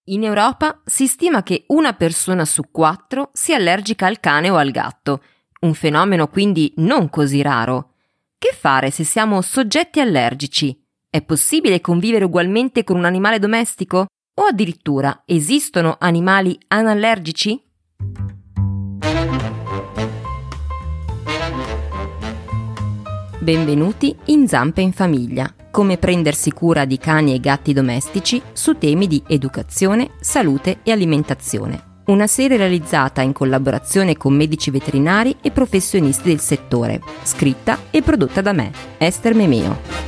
In Europa si stima che una persona su 4 sia allergica al cane o al gatto, un fenomeno quindi non così raro. Che fare se siamo soggetti allergici? È possibile convivere ugualmente con un animale domestico? O addirittura esistono animali anallergici? Benvenuti in Zampe in Famiglia, come prendersi cura di cani e gatti domestici su temi di educazione, salute e alimentazione. Una serie realizzata in collaborazione con medici veterinari e professionisti del settore, scritta e prodotta da me, Ester Memeo.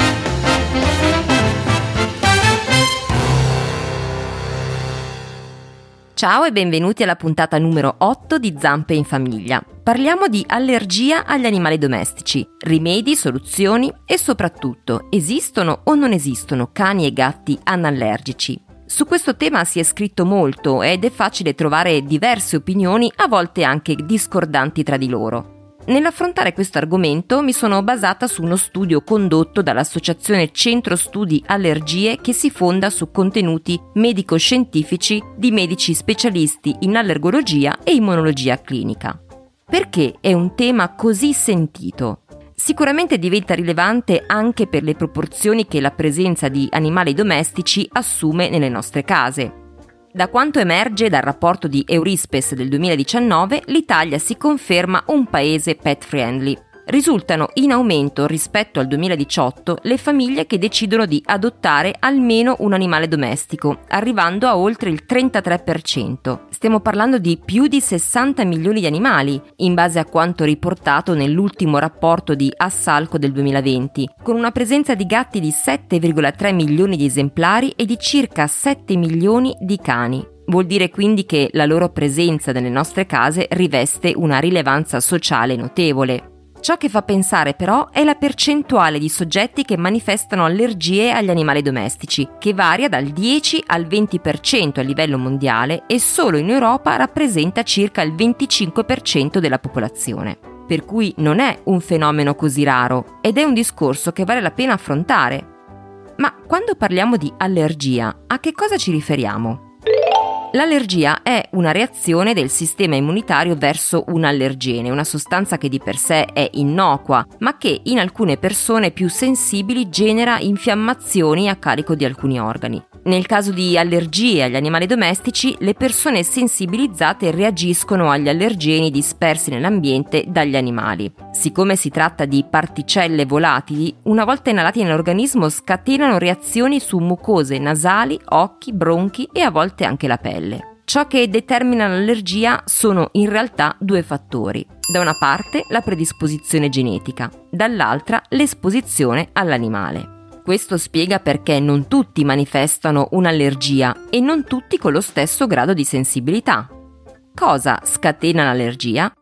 Ciao e benvenuti alla puntata numero 8 di Zampe in Famiglia. Parliamo di allergia agli animali domestici, rimedi, soluzioni e soprattutto esistono o non esistono cani e gatti anallergici. Su questo tema si è scritto molto ed è facile trovare diverse opinioni, a volte anche discordanti tra di loro. Nell'affrontare questo argomento mi sono basata su uno studio condotto dall'Associazione Centro Studi Allergie che si fonda su contenuti medico-scientifici di medici specialisti in allergologia e immunologia clinica. Perché è un tema così sentito? Sicuramente diventa rilevante anche per le proporzioni che la presenza di animali domestici assume nelle nostre case. Da quanto emerge dal rapporto di Eurispes del 2019, l'Italia si conferma un paese pet friendly. Risultano in aumento rispetto al 2018 le famiglie che decidono di adottare almeno un animale domestico, arrivando a oltre il 33%. Stiamo parlando di più di 60 milioni di animali, in base a quanto riportato nell'ultimo rapporto di Assalco del 2020, con una presenza di gatti di 7,3 milioni di esemplari e di circa 7 milioni di cani. Vuol dire quindi che la loro presenza nelle nostre case riveste una rilevanza sociale notevole. Ciò che fa pensare però è la percentuale di soggetti che manifestano allergie agli animali domestici, che varia dal 10 al 20% a livello mondiale e solo in Europa rappresenta circa il 25% della popolazione. Per cui non è un fenomeno così raro ed è un discorso che vale la pena affrontare. Ma quando parliamo di allergia, a che cosa ci riferiamo? L'allergia è una reazione del sistema immunitario verso un allergene, una sostanza che di per sé è innocua, ma che in alcune persone più sensibili genera infiammazioni a carico di alcuni organi. Nel caso di allergie agli animali domestici, le persone sensibilizzate reagiscono agli allergeni dispersi nell'ambiente dagli animali. Siccome si tratta di particelle volatili, una volta inalati nell'organismo scatenano reazioni su mucose nasali, occhi, bronchi e a volte anche la pelle. Ciò che determina l'allergia sono in realtà due fattori. Da una parte la predisposizione genetica, dall'altra l'esposizione all'animale. Questo spiega perché non tutti manifestano un'allergia e non tutti con lo stesso grado di sensibilità. Cosa scatena l'allergia?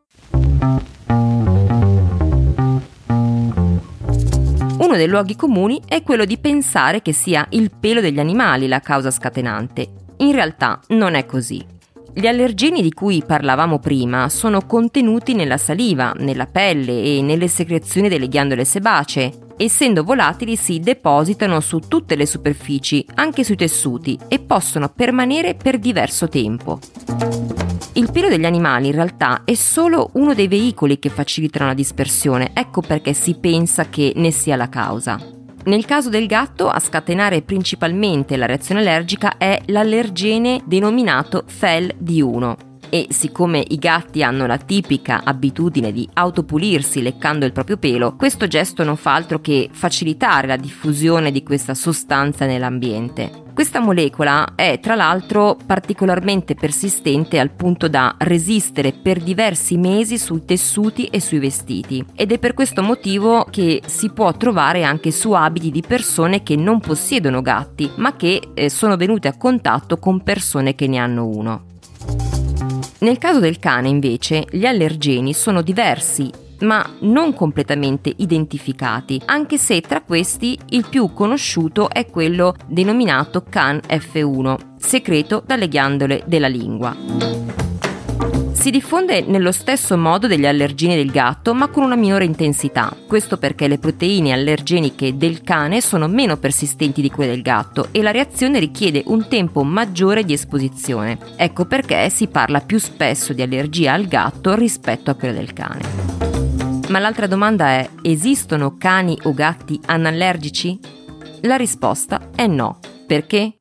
Uno dei luoghi comuni è quello di pensare che sia il pelo degli animali la causa scatenante. In realtà non è così. Gli allergeni di cui parlavamo prima sono contenuti nella saliva, nella pelle e nelle secrezioni delle ghiandole sebacee. Essendo volatili si depositano su tutte le superfici, anche sui tessuti, e possono permanere per diverso tempo. Il pelo degli animali in realtà è solo uno dei veicoli che facilitano la dispersione, ecco perché si pensa che ne sia la causa. Nel caso del gatto, a scatenare principalmente la reazione allergica è l'allergene denominato FeL-D1. E siccome i gatti hanno la tipica abitudine di autopulirsi leccando il proprio pelo, questo gesto non fa altro che facilitare la diffusione di questa sostanza nell'ambiente. Questa molecola è tra l'altro particolarmente persistente al punto da resistere per diversi mesi sui tessuti e sui vestiti ed è per questo motivo che si può trovare anche su abiti di persone che non possiedono gatti ma che sono venute a contatto con persone che ne hanno uno. Nel caso del cane, invece, gli allergeni sono diversi, ma non completamente identificati, anche se tra questi il più conosciuto è quello denominato CAN-F1, secreto dalle ghiandole della lingua. Si diffonde nello stesso modo degli allergeni del gatto, ma con una minore intensità. Questo perché le proteine allergeniche del cane sono meno persistenti di quelle del gatto e la reazione richiede un tempo maggiore di esposizione. Ecco perché si parla più spesso di allergia al gatto rispetto a quella del cane. Ma l'altra domanda è: esistono cani o gatti anallergici? La risposta è no. Perché?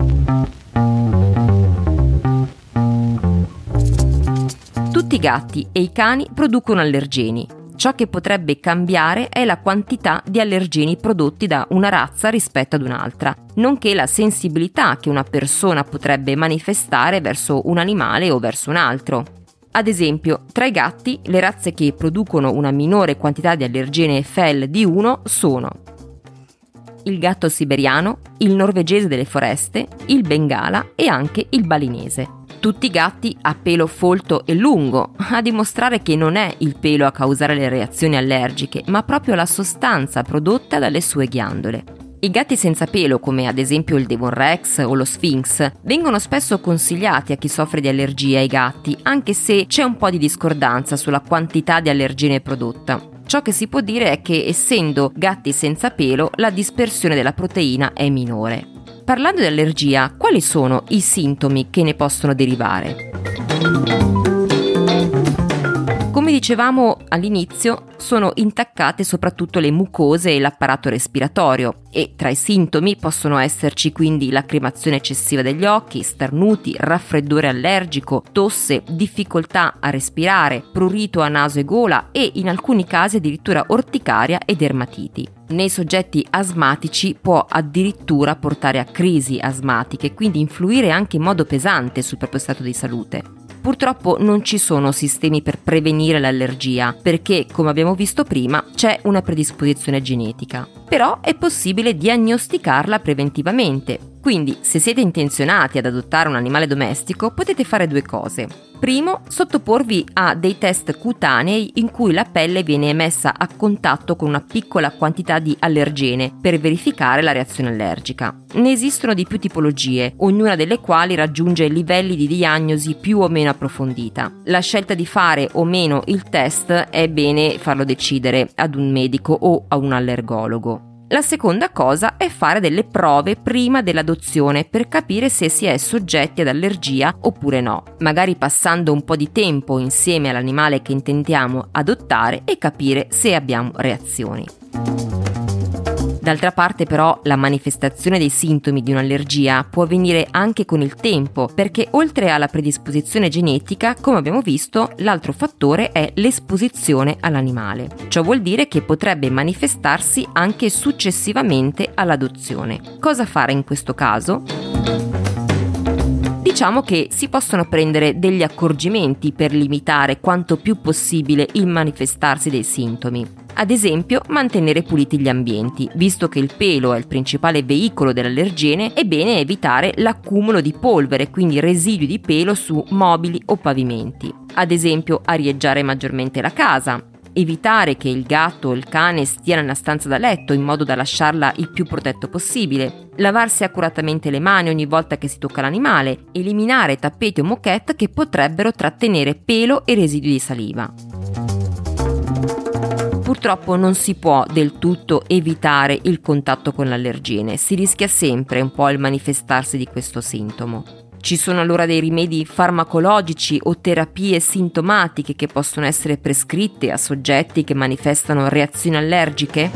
Tutti i gatti e i cani producono allergeni. Ciò che potrebbe cambiare è la quantità di allergeni prodotti da una razza rispetto ad un'altra, nonché la sensibilità che una persona potrebbe manifestare verso un animale o verso un altro. Ad esempio, tra i gatti, le razze che producono una minore quantità di allergene FeL di 1 sono il gatto siberiano, il norvegese delle foreste, il bengala e anche il balinese. Tutti gatti a pelo folto e lungo, a dimostrare che non è il pelo a causare le reazioni allergiche, ma proprio la sostanza prodotta dalle sue ghiandole. I gatti senza pelo, come ad esempio il Devon Rex o lo Sphinx, vengono spesso consigliati a chi soffre di allergie ai gatti, anche se c'è un po' di discordanza sulla quantità di allergene prodotta. Ciò che si può dire è che, essendo gatti senza pelo, la dispersione della proteina è minore. Parlando di allergia, quali sono i sintomi che ne possono derivare? Come dicevamo all'inizio, sono intaccate soprattutto le mucose e l'apparato respiratorio e tra i sintomi possono esserci quindi lacrimazione eccessiva degli occhi, starnuti, raffreddore allergico, tosse, difficoltà a respirare, prurito a naso e gola e in alcuni casi addirittura orticaria ed dermatiti. Nei soggetti asmatici può addirittura portare a crisi asmatiche, quindi influire anche in modo pesante sul proprio stato di salute. Purtroppo non ci sono sistemi per prevenire l'allergia, perché, come abbiamo visto prima, c'è una predisposizione genetica. Però è possibile diagnosticarla preventivamente. Quindi, se siete intenzionati ad adottare un animale domestico, potete fare due cose. Primo, sottoporvi a dei test cutanei in cui la pelle viene messa a contatto con una piccola quantità di allergene per verificare la reazione allergica. Ne esistono di più tipologie, ognuna delle quali raggiunge livelli di diagnosi più o meno approfondita. La scelta di fare o meno il test è bene farlo decidere ad un medico o a un allergologo. La seconda cosa è fare delle prove prima dell'adozione per capire se si è soggetti ad allergia oppure no, magari passando un po' di tempo insieme all'animale che intendiamo adottare e capire se abbiamo reazioni. D'altra parte però la manifestazione dei sintomi di un'allergia può avvenire anche con il tempo, perché oltre alla predisposizione genetica, come abbiamo visto, l'altro fattore è l'esposizione all'animale. Ciò vuol dire che potrebbe manifestarsi anche successivamente all'adozione. Cosa fare in questo caso? Diciamo che si possono prendere degli accorgimenti per limitare quanto più possibile il manifestarsi dei sintomi. Ad esempio, mantenere puliti gli ambienti. Visto che il pelo è il principale veicolo dell'allergene, è bene evitare l'accumulo di polvere, quindi residui di pelo su mobili o pavimenti. Ad esempio, arieggiare maggiormente la casa. Evitare che il gatto o il cane stia nella stanza da letto in modo da lasciarla il più protetto possibile. Lavarsi accuratamente le mani ogni volta che si tocca l'animale. Eliminare tappeti o moquette che potrebbero trattenere pelo e residui di saliva. Purtroppo non si può del tutto evitare il contatto con l'allergene, si rischia sempre un po' il manifestarsi di questo sintomo. Ci sono allora dei rimedi farmacologici o terapie sintomatiche che possono essere prescritte a soggetti che manifestano reazioni allergiche?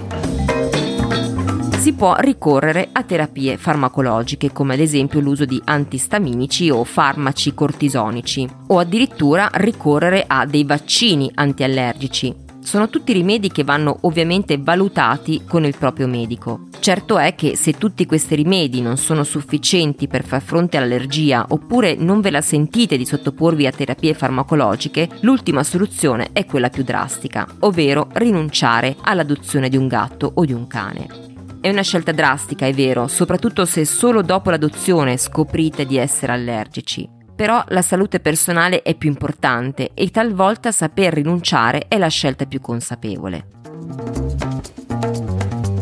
Si può ricorrere a terapie farmacologiche come ad esempio l'uso di antistaminici o farmaci cortisonici o addirittura ricorrere a dei vaccini antiallergici. Sono tutti rimedi che vanno ovviamente valutati con il proprio medico. Certo è che se tutti questi rimedi non sono sufficienti per far fronte all'allergia oppure non ve la sentite di sottoporvi a terapie farmacologiche, l'ultima soluzione è quella più drastica, ovvero rinunciare all'adozione di un gatto o di un cane. È una scelta drastica, è vero, soprattutto se solo dopo l'adozione scoprite di essere allergici. Però la salute personale è più importante e talvolta saper rinunciare è la scelta più consapevole.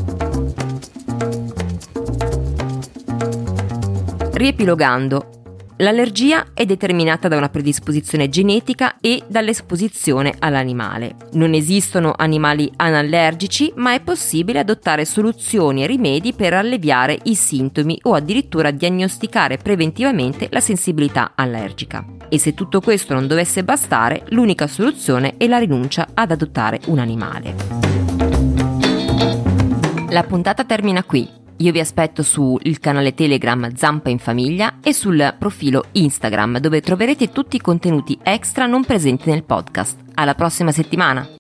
Riepilogando, L'allergia è determinata da una predisposizione genetica e dall'esposizione all'animale. Non esistono animali anallergici, ma è possibile adottare soluzioni e rimedi per alleviare i sintomi o addirittura diagnosticare preventivamente la sensibilità allergica. E se tutto questo non dovesse bastare, l'unica soluzione è la rinuncia ad adottare un animale. La puntata termina qui. Io vi aspetto sul canale Telegram Zampa in Famiglia e sul profilo Instagram, dove troverete tutti i contenuti extra non presenti nel podcast. Alla prossima settimana!